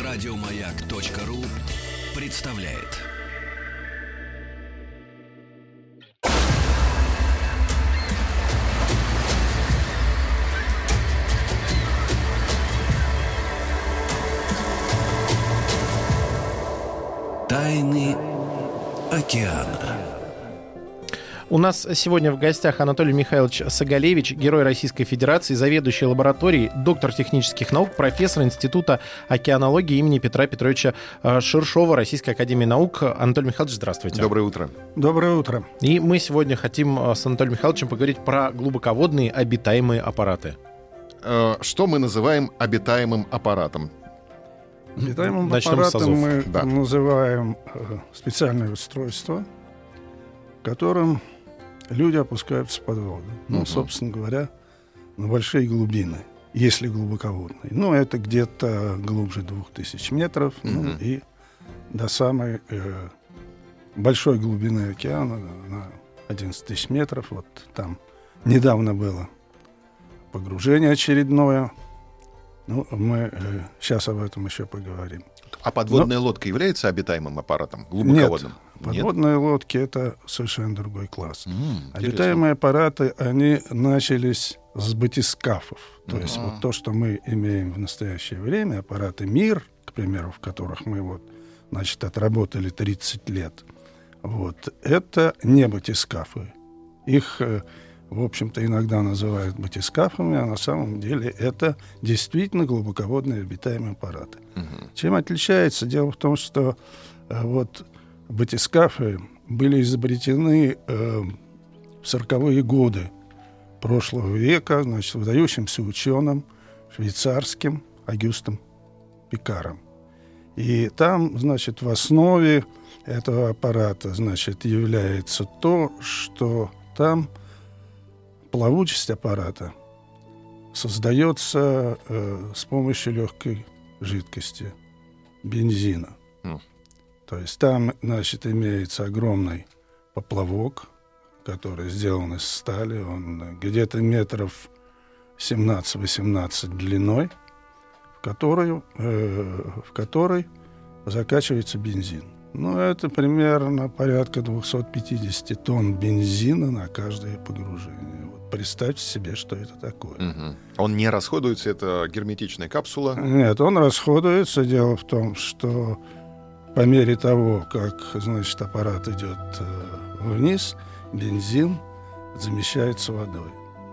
Радиомаяк.ру представляет. Тайны океана. У нас сегодня в гостях Анатолий Михайлович Соголевич, Герой Российской Федерации, заведующий лабораторией, доктор технических наук, профессор Института океанологии имени Петра Петровича Ширшова, Российской академии наук. Анатолий Михайлович, здравствуйте. Доброе утро. Доброе утро. И мы сегодня хотим с Анатолием Михайловичем поговорить про глубоководные обитаемые аппараты. Что мы называем обитаемым аппаратом? Обитаемым Начнем с аппаратом азов. мы называем специальное устройство, которым люди опускаются под воду. Ну, собственно говоря, на большие глубины, если глубоководные. Ну, это где-то глубже 2000 метров, ну, и до самой большой глубины океана, на 11 тысяч метров. Вот там недавно было погружение очередное. Ну, мы сейчас об этом еще поговорим. А подводная лодка является обитаемым аппаратом? Глубоководным? Нет. Подводные лодки — это совершенно другой класс. Обитаемые аппараты, они начались с батискафов. То есть вот то, что мы имеем в настоящее время, аппараты МИР, к примеру, в которых мы вот, значит, отработали 30 лет, вот, это не батискафы. Их, в общем-то, иногда называют батискафами, а на самом деле это действительно глубоководные обитаемые аппараты. Чем отличается? Дело в том, что вот батискафы были изобретены в 40-е годы прошлого века, значит, выдающимся ученым швейцарским Агюстом Пикаром. И там, значит, в основе этого аппарата, значит, является то, что там плавучесть аппарата создается с помощью легкой жидкости, бензина. То есть там, значит, имеется огромный поплавок, который сделан из стали, он где-то метров 17-18 длиной, в который закачивается бензин. Ну, это примерно порядка 250 тонн бензина на каждое погружение. Вот представьте себе, что это такое. Он не расходуется, это герметичная капсула? Нет, он расходуется. Дело в том, что по мере того, как, значит, аппарат идет вниз, бензин замещается водой.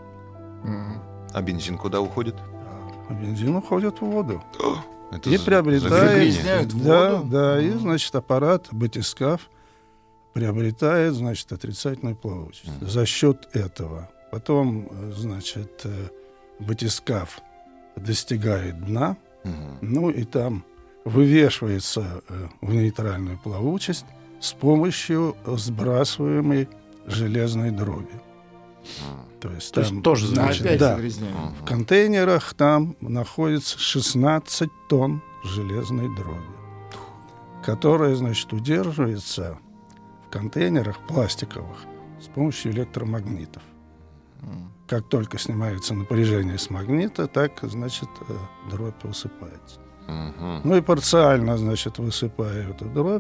А бензин куда уходит? А бензин уходит в воду. Это И приобретает... воду? Да, и, значит, аппарат, батискаф, приобретает, значит, отрицательную плавучесть. За счет этого. Потом, значит, батискаф достигает дна, ну и там вывешивается в нейтральную плавучесть с помощью сбрасываемой железной дроби. То есть там, тоже, значит, да, в контейнерах там находится 16 тонн железной дроби, которая, значит, удерживается в контейнерах пластиковых с помощью электромагнитов. Как только снимается напряжение с магнита, так, значит, дробь высыпается. Ну и парциально, значит, высыпая эту дробь,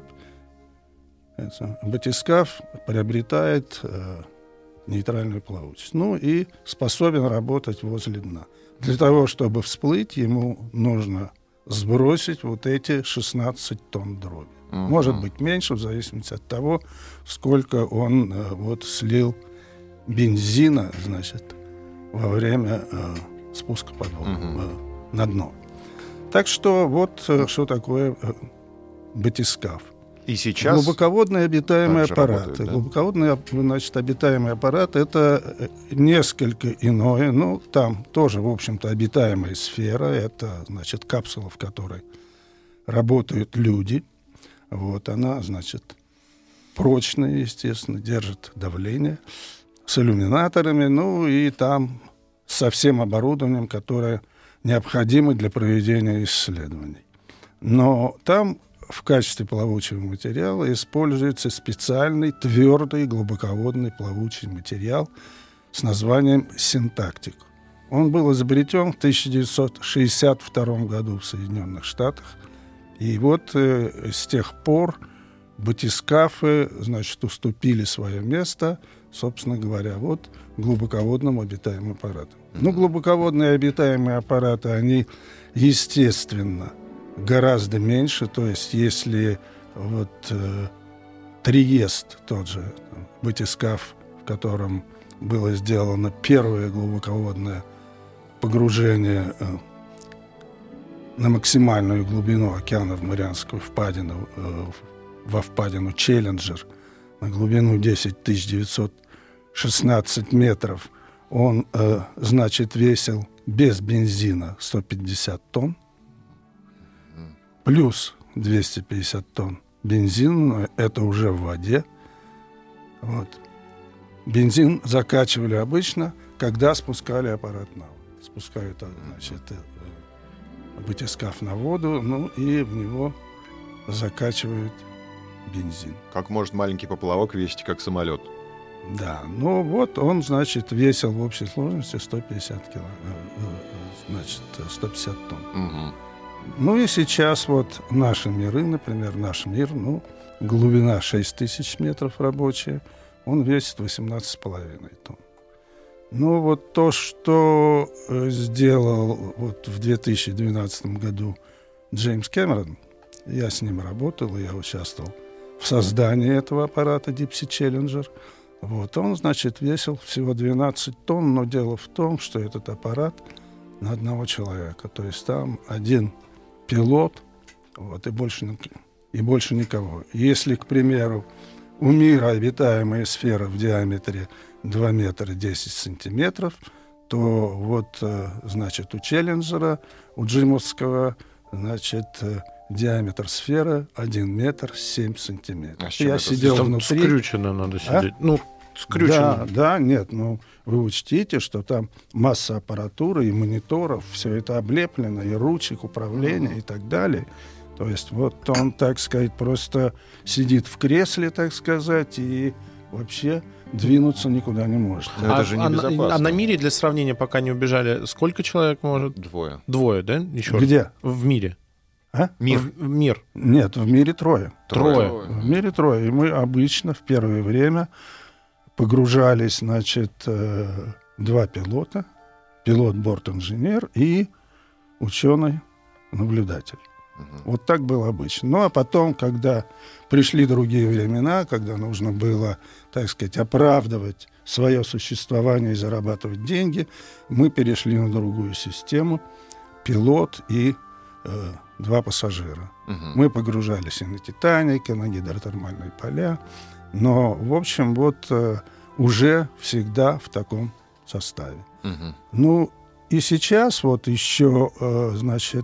батискаф приобретает нейтральную плавучесть. Ну и способен работать возле дна. Для того, чтобы всплыть, ему нужно сбросить вот эти 16 тонн дроби. Может быть меньше, в зависимости от того, сколько он вот слил бензина, значит, во время спуска под воду, на дно. Так что вот что такое батискаф. И сейчас глубоководные обитаемые аппараты. Работают, да? Глубоководные, значит, обитаемый аппарат — это несколько иное. Ну, там тоже, в общем-то, обитаемая сфера. Это, значит, капсула, в которой работают люди. Вот она, значит, прочная, естественно, держит давление, с иллюминаторами, ну и там со всем оборудованием, которое необходимо для проведения исследований. Но там в качестве плавучего материала используется специальный твердый глубоководный плавучий материал с названием синтактик. Он был изобретен в 1962 году в Соединенных Штатах И вот с тех пор батискафы, значит, уступили свое место, собственно говоря, вот глубоководным обитаемым аппаратам. Ну, глубоководные обитаемые аппараты, они, естественно, гораздо меньше. То есть, если вот Триест, тот же батискаф, в котором было сделано первое глубоководное погружение на максимальную глубину океана в Марианскую впадину, во впадину Челленджер, на глубину 10 916 метров, он, значит, весил без бензина 150 тонн, плюс 250 тонн бензина, но это уже в воде. Вот. Бензин закачивали обычно, когда спускали аппарат на воду. Спускают, значит, батискаф на воду, ну и в него закачивают бензин. Как может маленький поплавок весить, как самолет? Да, ну вот он, значит, весил в общей сложности 150 тонн. Угу. Ну и сейчас вот наши миры, например, наш мир, ну, глубина 6000 метров рабочая, он весит 18,5 тонн. Ну вот то, что сделал вот в 2012 году Джеймс Кэмерон, я с ним работал, я участвовал в создании этого аппарата Deep Sea Challenger. Вот, он, значит, весил всего 12 тонн, но дело в том, что этот аппарат на одного человека. То есть там один пилот, вот, и больше никого. Если, к примеру, у мира обитаемая сфера в диаметре 2 метра 10 сантиметров, то вот, значит, у Челленджера, у Джимовского, значит, диаметр сферы 1 метр 7 сантиметров. Я сидел там внутри. Скрючено надо сидеть. Ну, скрючено. Да, нет, ну, вы учтите, что там масса аппаратуры и мониторов, все это облеплено, и ручек управления и так далее. То есть вот он, так сказать, просто сидит в кресле, так сказать, и вообще двинуться никуда не может. Но это же небезопасно. А на мире, для сравнения, пока не убежали, сколько человек может? Двое. Двое, да? Еще Где? раз. В мире. А? Мир. В мир. Нет, в мире трое. Трое. В мире трое. И мы обычно в первое время погружались, значит, 2 пилота. Пилот-борт-инженер и ученый-наблюдатель. Вот так было обычно. Ну, а потом, когда пришли другие времена, когда нужно было, так сказать, оправдывать свое существование и зарабатывать деньги, мы перешли на другую систему. Пилот и 2 пассажира. Мы погружались и на «Титаник», и на гидротермальные поля. Но, в общем, вот уже всегда в таком составе. Ну, и сейчас вот еще, значит,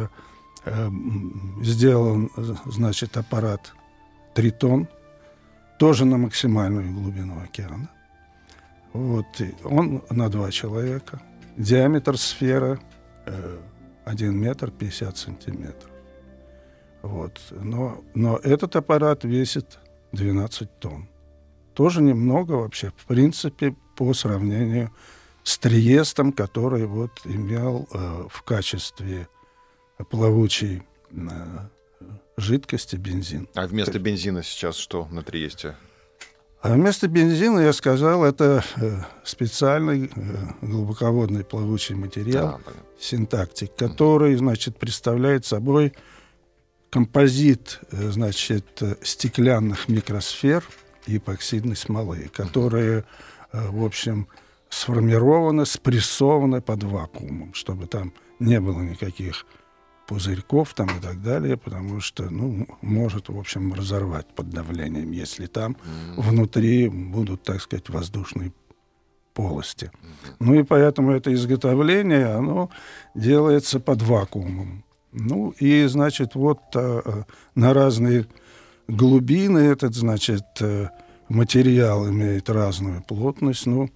сделан, значит, аппарат Тритон, тоже на максимальную глубину океана. Вот, он на 2 человека. Диаметр сферы 1 метр 50 сантиметров. Вот. Но этот аппарат весит 12 тонн. Тоже немного вообще, в принципе, по сравнению с Триестом, который вот имел в качестве плавучей жидкости бензин. А вместо бензина сейчас что на Триесте? А вместо бензина, я сказал, это специальный глубоководный плавучий материал, синтактик, который, значит, представляет собой композит, значит, стеклянных микросфер и эпоксидной смолы, которые, в общем, сформированы, спрессованы под вакуумом, чтобы там не было никаких пузырьков там и так далее, потому что, ну, может, в общем, разорвать под давлением, если там внутри будут, так сказать, воздушные полости. Ну и поэтому это изготовление, оно делается под вакуумом. Ну и, значит, вот на разные глубины этот, значит, материал имеет разную плотность. Ну,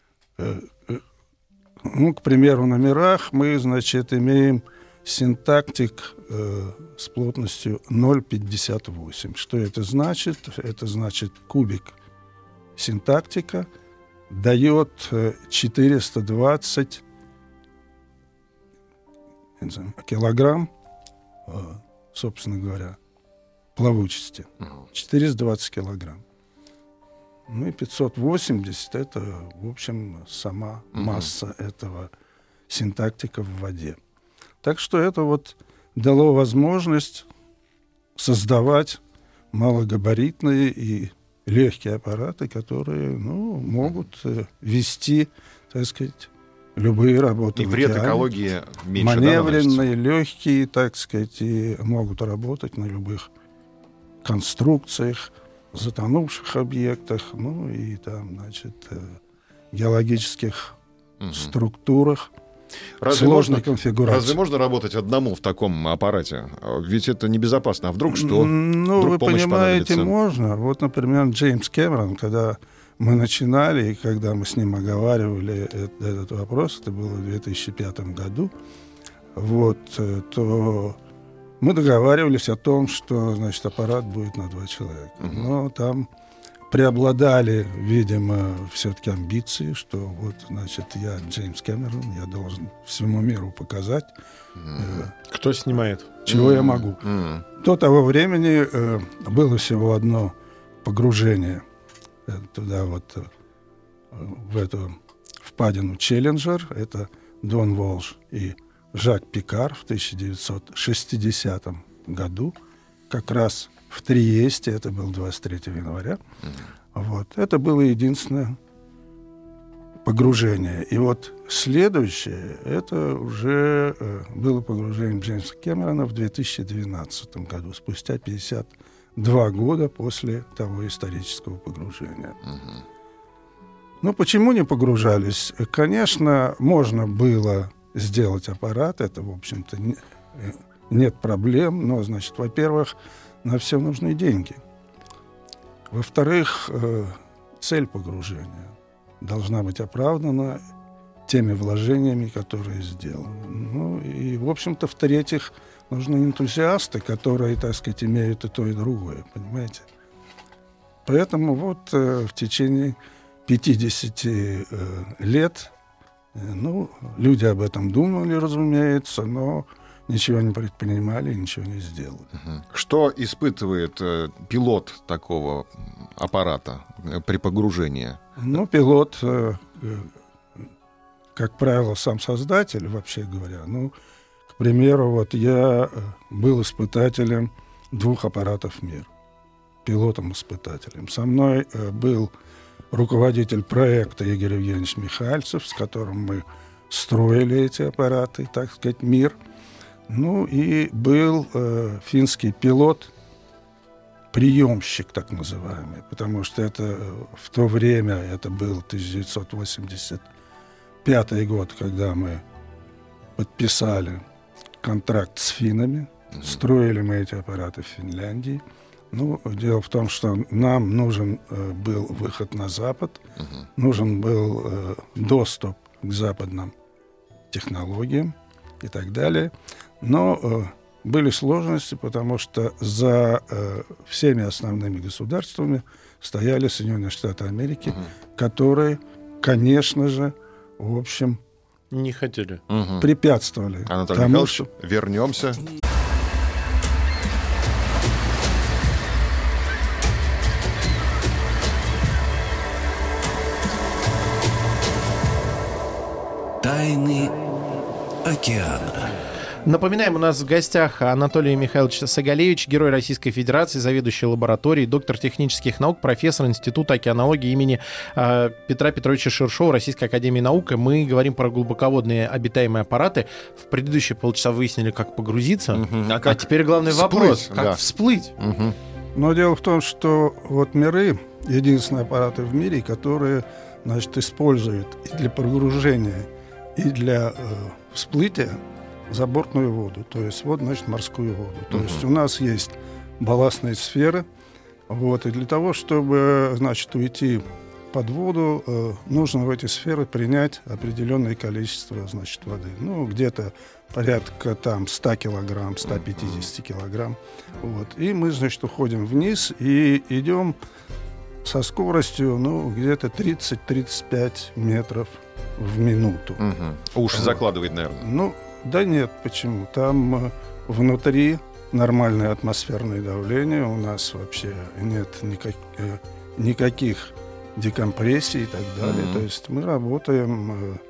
к примеру, на мирах мы, значит, имеем синтактик с плотностью 0,58. Что это значит? Это значит, кубик синтактика дает 420 килограмм собственно говоря, плавучести. 420 килограмм. Ну и 580 — это, в общем, сама масса этого синтактика в воде. Так что это вот дало возможность создавать малогабаритные и легкие аппараты, которые, ну, могут вести, так сказать, любые работы. И вред экологии меньше. Маневренные, легкие, так сказать, и могут работать на любых конструкциях, затонувших объектах, ну и там, значит, геологических структурах. Сложной конфигурации. Разве можно работать одному в таком аппарате? Ведь это небезопасно. А вдруг что? Ну, вдруг вы понимаете, понадобится? можно. Вот, например, Джеймс Кэмерон, когда мы начинали, и когда мы с ним оговаривали этот вопрос, это было в 2005 году, вот, то мы договаривались о том, что, значит, аппарат будет на 2 человека. Но там преобладали, видимо, все-таки амбиции, что вот, значит, я Джеймс Кэмерон, я должен всему миру показать, Кто снимает? чего я могу. До того времени было всего одно погружение туда вот, в эту впадину Челленджер. Это Дон Волш и Жак Пикар в 1960 году, как раз в Триесте, это было 23 января. Вот. Это было единственное погружение. И вот следующее, это уже было погружение Джеймса Кэмерона в 2012 году, спустя 52 года после того исторического погружения. Ну, почему не погружались? Конечно, можно было сделать аппарат, это, в общем-то, нет проблем, но, значит, во-первых, на все нужны деньги. Во-вторых, цель погружения должна быть оправдана теми вложениями, которые сделаны. Ну и, в общем-то, в-третьих, нужны энтузиасты, которые, так сказать, имеют и то, и другое, понимаете? Поэтому вот в течение 50 лет, ну, люди об этом думали, разумеется, но ничего не предпринимали, ничего не сделали. Что испытывает пилот такого аппарата при погружении? Ну, пилот, как правило, сам создатель, вообще говоря. Ну, к примеру, вот я был испытателем 2 аппаратов «Мир», пилотом-испытателем. Со мной был руководитель проекта Игорь Евгеньевич Михальцев, с которым мы строили эти аппараты, так сказать, «Мир». Ну и был финский пилот, приемщик так называемый, потому что это в то время, это был 1985 год, когда мы подписали контракт с финнами, строили мы эти аппараты в Финляндии. Ну, дело в том, что нам нужен был выход на Запад, нужен был доступ к западным технологиям и так далее. Но были сложности, потому что за всеми основными государствами стояли Соединенные Штаты Америки, которые, конечно же, в общем, Не хотели. препятствовали Анатолий тому, Михайлович, что... вернемся. Тайны океана. Напоминаем, у нас в гостях Анатолий Михайлович Сагалевич, герой Российской Федерации, заведующий лабораторией, доктор технических наук, профессор Института океанологии имени Петра Петровича Ширшова Российской академии наук. И мы говорим про глубоководные обитаемые аппараты. В предыдущие полчаса выяснили, как погрузиться. А теперь главный вопрос. Как всплыть? Но дело в том, что вот «Миры» — единственные аппараты в мире, которые, значит, используют и для погружения, и для всплытия забортную воду, то есть вот, значит, морскую воду. То есть у нас есть балластные сферы, вот, и для того, чтобы, значит, уйти под воду, нужно в эти сферы принять определенное количество, значит, воды. Ну, где-то порядка там 100 килограмм, 150 килограмм. Вот. И мы, значит, уходим вниз и идем со скоростью, ну, где-то 30-35 метров в минуту. Уши закладывает, наверное. Ну, да нет, почему? Там внутри нормальное атмосферное давление, у нас вообще нет никаких декомпрессий и так далее. То есть мы работаем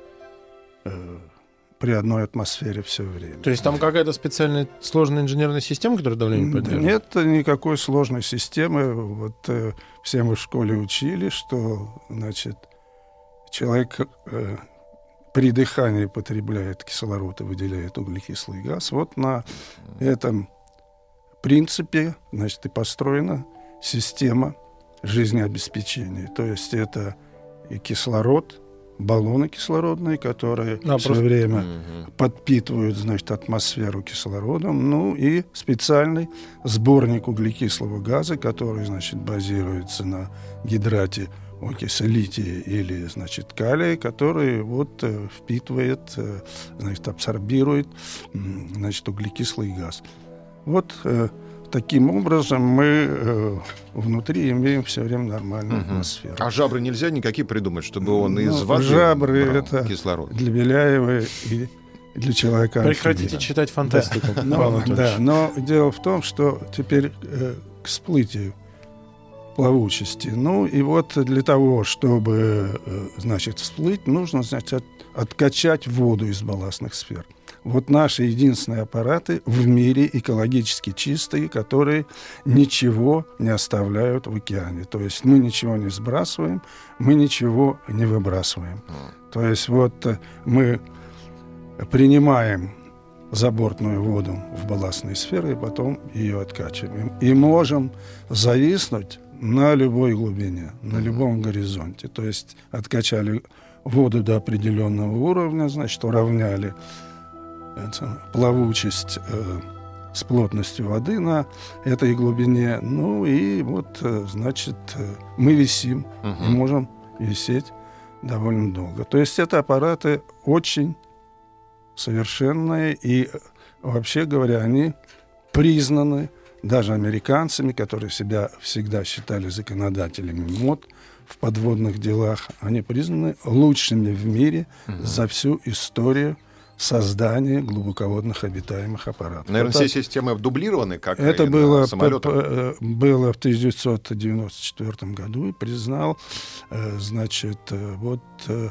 при одной атмосфере все время. То есть там какая-то специальная сложная инженерная система, которая давление поддерживает? Нет никакой сложной системы. Вот все мы в школе учили, что, значит, человек при дыхании потребляет кислород и выделяет углекислый газ. Вот на этом принципе, значит, и построена система жизнеобеспечения. То есть это и кислород, баллоны кислородные, которые все время подпитывают, значит, атмосферу кислородом, ну и специальный сборник углекислого газа, который, значит, базируется на гидрате окиси лития или, значит, калия, который вот впитывает, значит, абсорбирует, значит, углекислый газ. Вот таким образом мы внутри имеем все время нормальную атмосферу. А жабры нельзя никакие придумать, чтобы он из воды жабры брал это кислород? Для Беляева и для человека. Прекратите читать фантастику. Да, но дело в том, что теперь к всплытию плавучести. Ну и вот для того, чтобы, значит, всплыть, нужно, значит, откачать воду из балластных сфер. Вот наши единственные аппараты в мире экологически чистые, которые ничего не оставляют в океане. То есть мы ничего не сбрасываем, мы ничего не выбрасываем. То есть вот мы принимаем забортную воду в балластные сферы и потом ее откачиваем. И можем зависнуть на любой глубине, на любом горизонте. То есть откачали воду до определенного уровня, значит, уравняли плавучесть с плотностью воды на этой глубине. Ну и вот, значит, мы висим и можем висеть довольно долго. То есть это аппараты очень совершенные и, вообще говоря, они признаны даже американцами, которые себя всегда считали законодателями мод в подводных делах. Они признаны лучшими в мире за всю историю создания глубоководных обитаемых аппаратов. Наверное, все системы дублированы, как это и было, на самолетах. было в 1994 году, и признал, значит, вот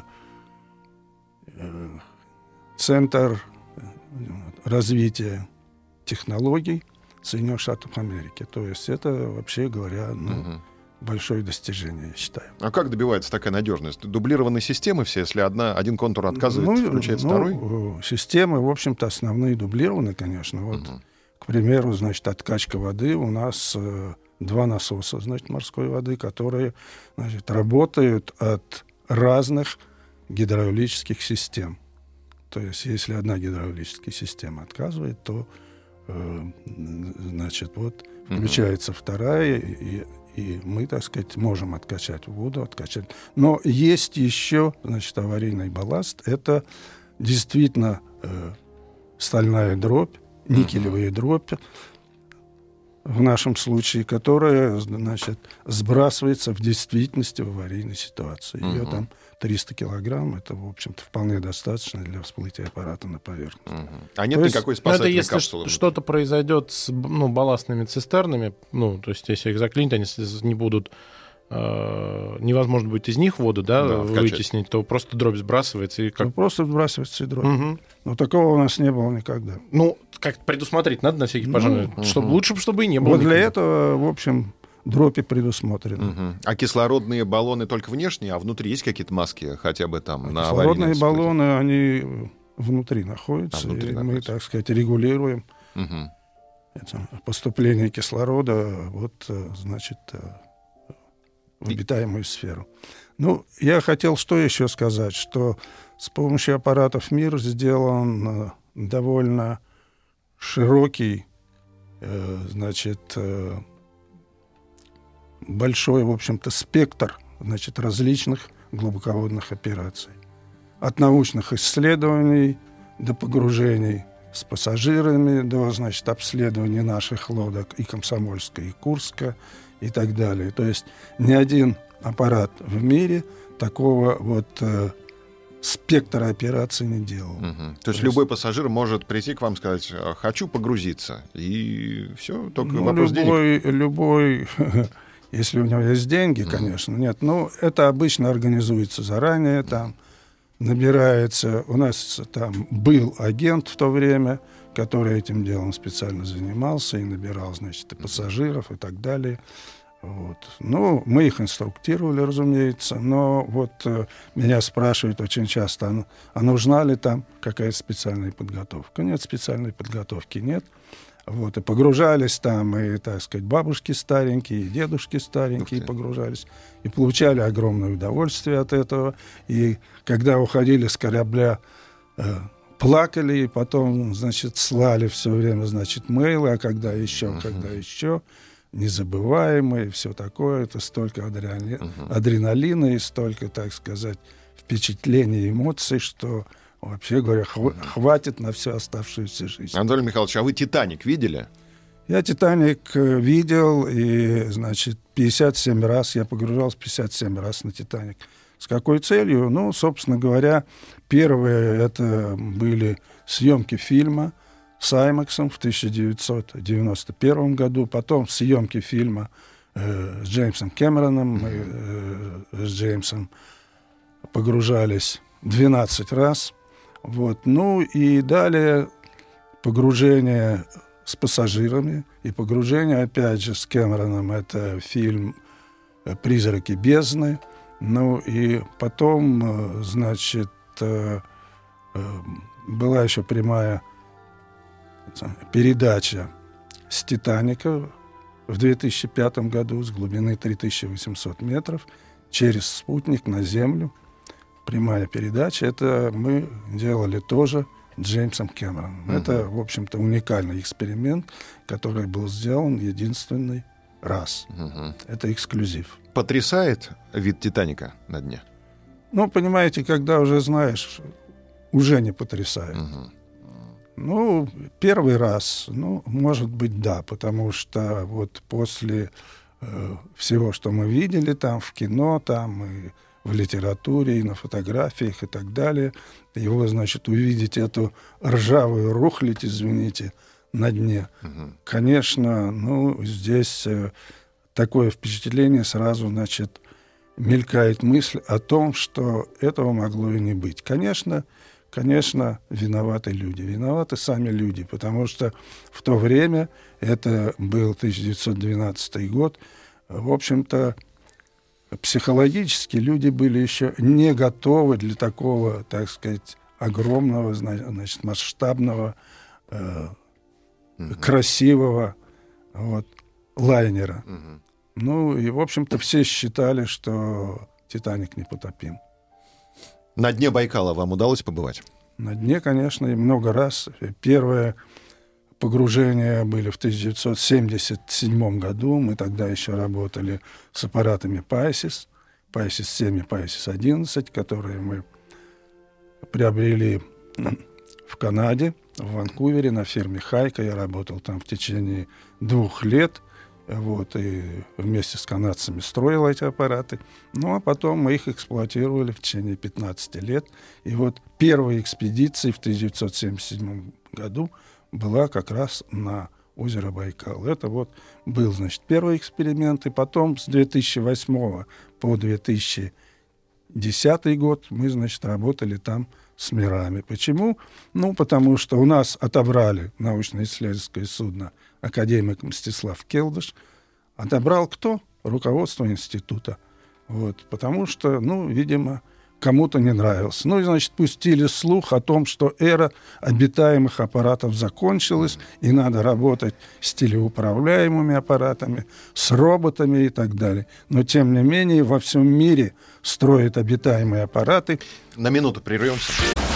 Центр развития технологий Соединенных Штатов Америки. То есть это, вообще говоря, большое достижение, я считаю. А как добивается такая надежность? Дублированные системы все, если один контур отказывает, включается второй? Системы, в общем-то, основные дублированы, конечно. Вот, к примеру, значит, откачка воды. У нас 2 насоса, значит, морской воды, которые, значит, работают от разных гидравлических систем. То есть, если одна гидравлическая система отказывает, то, значит, вот включается вторая, и мы, так сказать, можем откачать воду, откачать. Но есть еще, значит, аварийный балласт. Это действительно стальная дробь, никелевая дробь, в нашем случае, которая, значит, сбрасывается в действительности в аварийной ситуации. Ее там 300 килограмм, это, в общем-то, вполне достаточно для всплытия аппарата на поверхность. А нет никакой спасательной это капсулы? Если что-то произойдет с балластными цистернами, то есть если их заклинить, они не будут, невозможно будет из них воду вытеснить, то просто дробь сбрасывается. И как... просто сбрасывается и дробь. Но такого у нас не было никогда. Как предусмотреть надо на всякий пожарный, лучше, чтобы и не было. Вот для этого, в общем, дропи предусмотрены. А кислородные баллоны только внешние, а внутри есть какие-то маски хотя бы там на аварийные? Кислородные баллоны, они внутри находятся, и мы, так сказать, регулируем поступление кислорода, значит, в обитаемую сферу. Я хотел что еще сказать, что с помощью аппаратов МИР сделан довольно широкий, значит, большой, в общем-то, спектр, значит, различных глубоководных операций. От научных исследований до погружений с пассажирами, до, значит, обследования наших лодок и Комсомольска, и Курска, и так далее. То есть ни один аппарат в мире такого спектра операций не делал. То есть любой пассажир может прийти к вам и сказать: хочу погрузиться, и все, только вопрос денег. Любой, если у него есть деньги, конечно, нет. Но это обычно организуется заранее, там набирается. У нас там был агент в то время, который этим делом специально занимался и набирал, значит, и пассажиров и так далее. Вот. Ну, мы их инструктировали, разумеется, но вот меня спрашивают очень часто, а нужна ли там какая-то специальная подготовка? Нет, специальной подготовки нет. Вот, и погружались там, и, так сказать, бабушки старенькие, и дедушки старенькие погружались, и получали огромное удовольствие от этого. И когда уходили с корабля, плакали, и потом, значит, слали все время, значит, мейлы, а когда еще, незабываемые, все такое, это столько адреналина и столько, так сказать, впечатлений, эмоций, что, вообще говоря, хватит на всю оставшуюся жизнь. Анатолий Михайлович, а вы «Титаник» видели? Я «Титаник» видел, и, значит, 57 раз, я погружался 57 раз на «Титаник». С какой целью? Ну, собственно говоря, первые это были съемки фильма с Аймаксом в 1991 году, потом съемки фильма с Джеймсом Кэмероном. Мы с Джеймсом погружались 12 раз. Вот. Ну и далее погружение с пассажирами и погружение, опять же, с Кэмероном. Это фильм «Призраки бездны». Ну и потом, значит, была еще прямая передача с «Титаника» в 2005 году с глубины 3800 метров через спутник на Землю. Прямая передача. Это мы делали тоже Джеймсом Кэмероном. Это, в общем-то, уникальный эксперимент, который был сделан единственный раз. Это эксклюзив. Потрясает вид «Титаника» на дне? Ну, понимаете, когда уже знаешь, уже не потрясает. Ну, первый раз, ну, может быть, да, потому что вот после всего, что мы видели там в кино, там и в литературе, и на фотографиях и так далее, его, значит, увидеть эту ржавую рухлядь, извините, на дне. Конечно, ну, здесь такое впечатление сразу, значит, мелькает мысль о том, что этого могло и не быть. Конечно, виноваты люди. Виноваты сами люди, потому что в то время, это был 1912 год, в общем-то, психологически люди были еще не готовы для такого, так сказать, огромного, значит, масштабного, красивого вот, лайнера. Ну, и, в общем-то, все считали, что «Титаник» непотопим. На дне Байкала вам удалось побывать? На дне, конечно, и много раз. Первое погружение были в 1977 году. Мы тогда еще работали с аппаратами Пайсис 7 и Пайсис 11, которые мы приобрели в Канаде, в Ванкувере, на фирме Хайка. Я работал там в течение 2 лет. Вот, и вместе с канадцами строил эти аппараты. Ну, а потом мы их эксплуатировали в течение 15 лет. И вот первая экспедиция в 1977 году была как раз на озеро Байкал. Это вот был, значит, первый эксперимент. И потом с 2008 по 2010 год мы, значит, работали там с мирами. Почему? Ну, потому что у нас отобрали научно-исследовательское судно академик Мстислав Келдыш. Отобрал кто? Руководство института. Вот. Потому что, ну, видимо, кому-то не нравился. Ну, и, значит, пустили слух о том, что эра обитаемых аппаратов закончилась, и надо работать с телеуправляемыми аппаратами, с роботами и так далее. Но, тем не менее, во всем мире строят обитаемые аппараты. На минуту прервемся.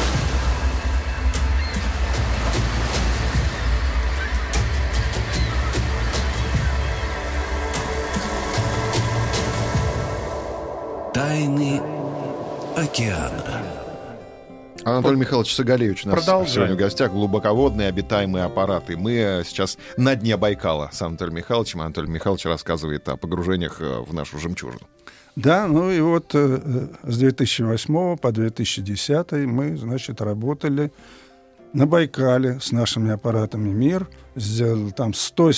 Тайны океана. Анатолий Михайлович Сагалевич у нас сегодня в гостях. Глубоководные обитаемые аппараты. Мы сейчас на дне Байкала с Анатолием Михайловичем. Анатолий Михайлович рассказывает о погружениях в нашу жемчужину. Да, ну и вот с 2008 по 2010 мы, значит, работали на Байкале с нашими аппаратами «Мир». Сделали там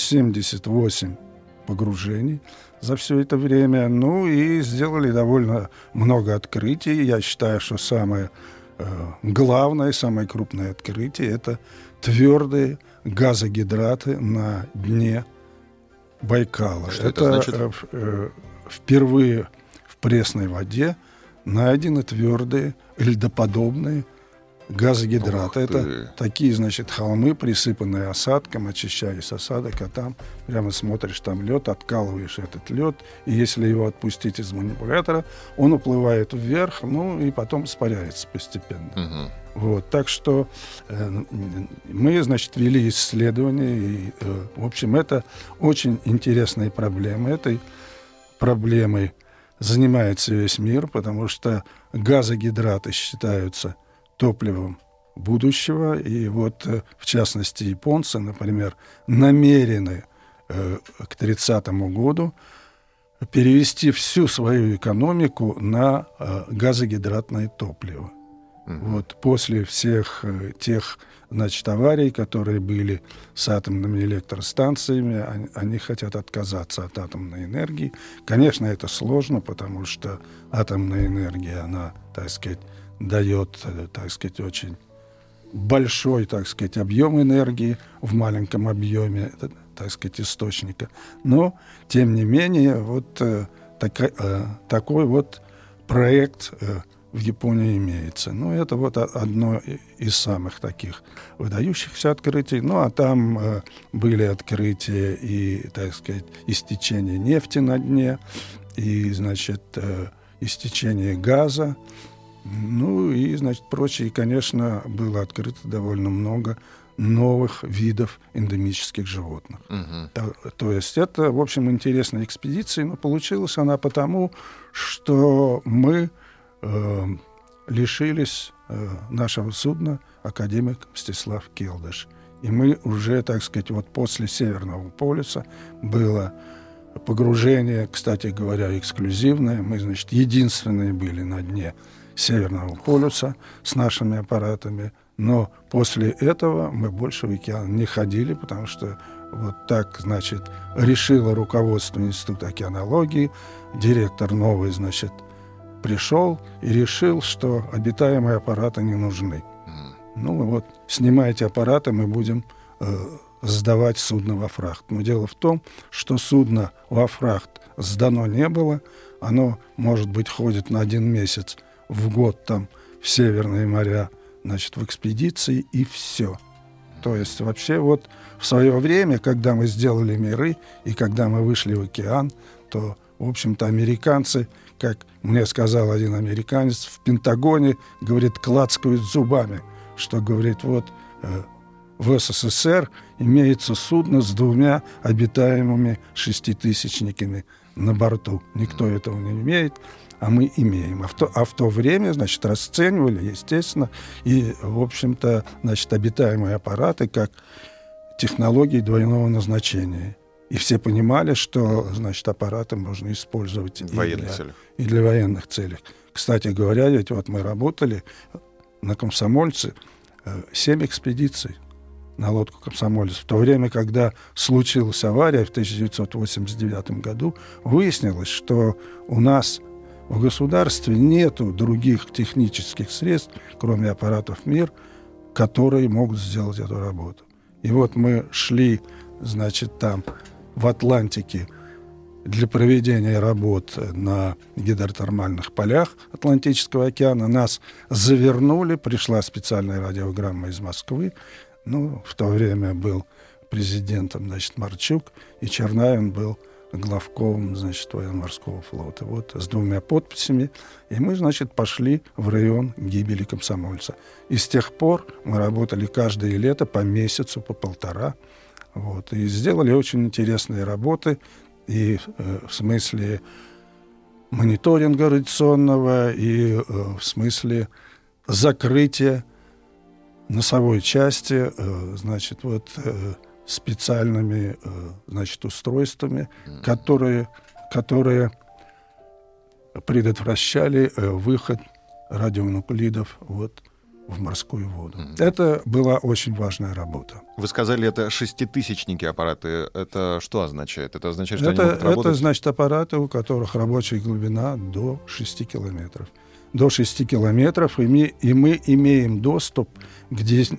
178 погружений за все это время. Ну и сделали довольно много открытий. Я считаю, что самое главное, самое крупное открытие — это твердые газогидраты на дне Байкала. Что это значит? Впервые в пресной воде найдены твердые льдоподобные газогидраты. Это такие, значит, холмы, присыпанные осадком, очищаясь осадок, а там прямо смотришь, там лед, откалываешь этот лед, и если его отпустить из манипулятора, он уплывает вверх, ну и потом испаряется постепенно. Вот, так что мы, значит, вели исследования, и, в общем, это очень интересная проблема. Этой проблемой занимается весь мир, потому что газогидраты считаются топливом будущего. И вот, в частности, японцы, например, намерены к 30 году перевести всю свою экономику на газогидратное топливо. Вот после всех тех, значит, аварий, которые были с атомными электростанциями, они хотят отказаться от атомной энергии. Конечно, это сложно, потому что атомная энергия, она, так сказать, дает, так сказать, очень большой, так сказать, объем энергии в маленьком объеме, так сказать, источника. Но, тем не менее, вот такой вот проект в Японии имеется. Ну, это вот одно из самых таких выдающихся открытий. Ну, а там были открытия и, так сказать, истечение нефти на дне, и, значит, истечение газа, ну, и, значит, прочее. И, конечно, было открыто довольно много новых видов эндемических животных. То есть это, в общем, интересная экспедиция, но получилась она потому, что мы лишились нашего судна академик Мстислав Келдыш. И мы уже, так сказать, вот после Северного полюса было погружение, кстати говоря, эксклюзивное. Мы, значит, единственные были на дне Северного полюса с нашими аппаратами. Но после этого мы больше в океан не ходили, потому что вот так, значит, решило руководство Института океанологии. Директор новый, значит, пришел и решил, что обитаемые аппараты не нужны. Ну вот, снимайте аппараты, мы будем сдавать судно во фрахт. Но дело в том, что судно во фрахт сдано не было. Оно, может быть, ходит на 1 месяц в год там в Северные моря, значит, в экспедиции, и все. То есть вообще вот в свое время, когда мы сделали миры и когда мы вышли в океан, то, в общем-то, американцы, как мне сказал один американец, в Пентагоне, говорит, клацкают зубами, что, говорит, вот в СССР имеется судно с 2 обитаемыми шеститысячниками на борту. Никто этого не имеет, а мы имеем. А в то время, значит, расценивали, естественно, и, в общем-то, значит, обитаемые аппараты как технологии двойного назначения. И все понимали, что, значит, аппараты можно использовать и для военных целей. Кстати говоря, ведь вот мы работали на «Комсомольце» 7 экспедиций на лодку «Комсомолец». В то время, когда случилась авария в 1989 году, выяснилось, что у нас в государстве нету других технических средств, кроме аппаратов «Мир», которые могут сделать эту работу. И вот мы шли, значит, там в Атлантике для проведения работ на гидротермальных полях Атлантического океана. Нас завернули, пришла специальная радиограмма из Москвы. Ну, в то время был президентом, значит, Марчук, и Чернаин был главковым, значит, военно-морского флота. Вот с 2 подписями. И мы, значит, пошли в район гибели комсомольца. И с тех пор мы работали каждое лето по месяцу, по 1,5. Вот, и сделали очень интересные работы и в смысле мониторинга радиационного, и в смысле закрытия носовой части, значит, вот специальными, значит, устройствами, которые предотвращали выход радионуклидов в морскую воду. Это была очень важная работа. Вы сказали, это шеститысячники аппараты. Это что означает? Это означает, что они могут работать? Это значит аппараты, у которых рабочая глубина до 6 километров. До 6 километров, и мы имеем доступ к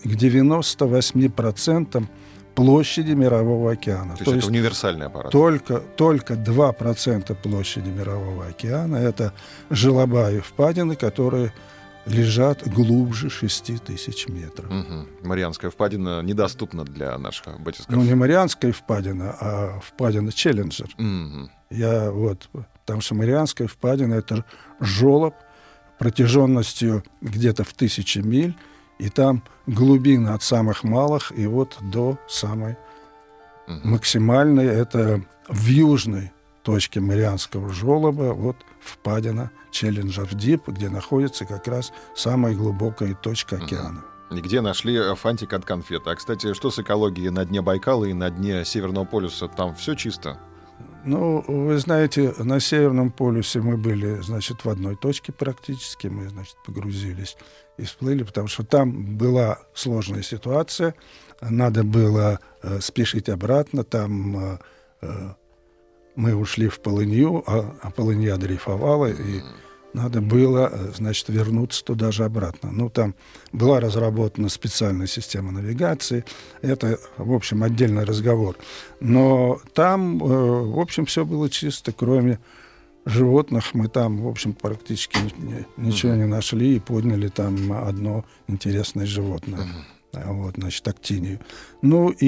98% площади Мирового океана. То есть это универсальный аппарат? Только 2% площади Мирового океана — это желоба и впадины, которые лежат глубже 6000 метров. Марианская впадина недоступна для наших батискафов. Не Марианская впадина, а впадина Челленджер. Потому что Марианская впадина — это желоб протяженностью где-то в 1000 миль, и там глубина от самых малых и до самой максимальной. Это в южной точке Марианского желоба впадина Челленджер Дип, где находится как раз самая глубокая точка океана. И где нашли фантик от конфеты. А, кстати, что с экологией на дне Байкала и на дне Северного полюса? Там все чисто? Вы знаете, на Северном полюсе мы были, в одной точке практически. Мы, погрузились и всплыли, потому что там была сложная ситуация. Надо было спешить обратно. Там мы ушли в полынью, а полынья дрейфовала, и надо было, вернуться туда же обратно. Там была разработана специальная система навигации. Это, в общем, отдельный разговор. Но там, в общем, все было чисто, кроме животных. Мы там, в общем, практически ничего не нашли и подняли там одно интересное животное. Актинию. А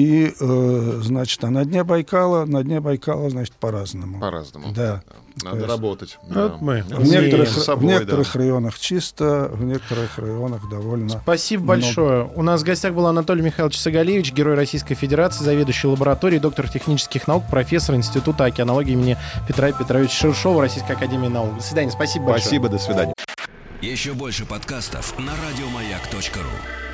на дне Байкала, по-разному. По-разному. Да. Надо работать. В некоторых районах чисто, в некоторых районах довольно Спасибо большое. У нас в гостях был Анатолий Михайлович Сагалевич, Герой Российской Федерации, заведующий лабораторией, доктор технических наук, профессор Института океанологии имени Петра Петровича Ширшова, Российской академии наук. До свидания. Спасибо большое. Спасибо, до свидания. Еще больше подкастов на радиомаяк.ру.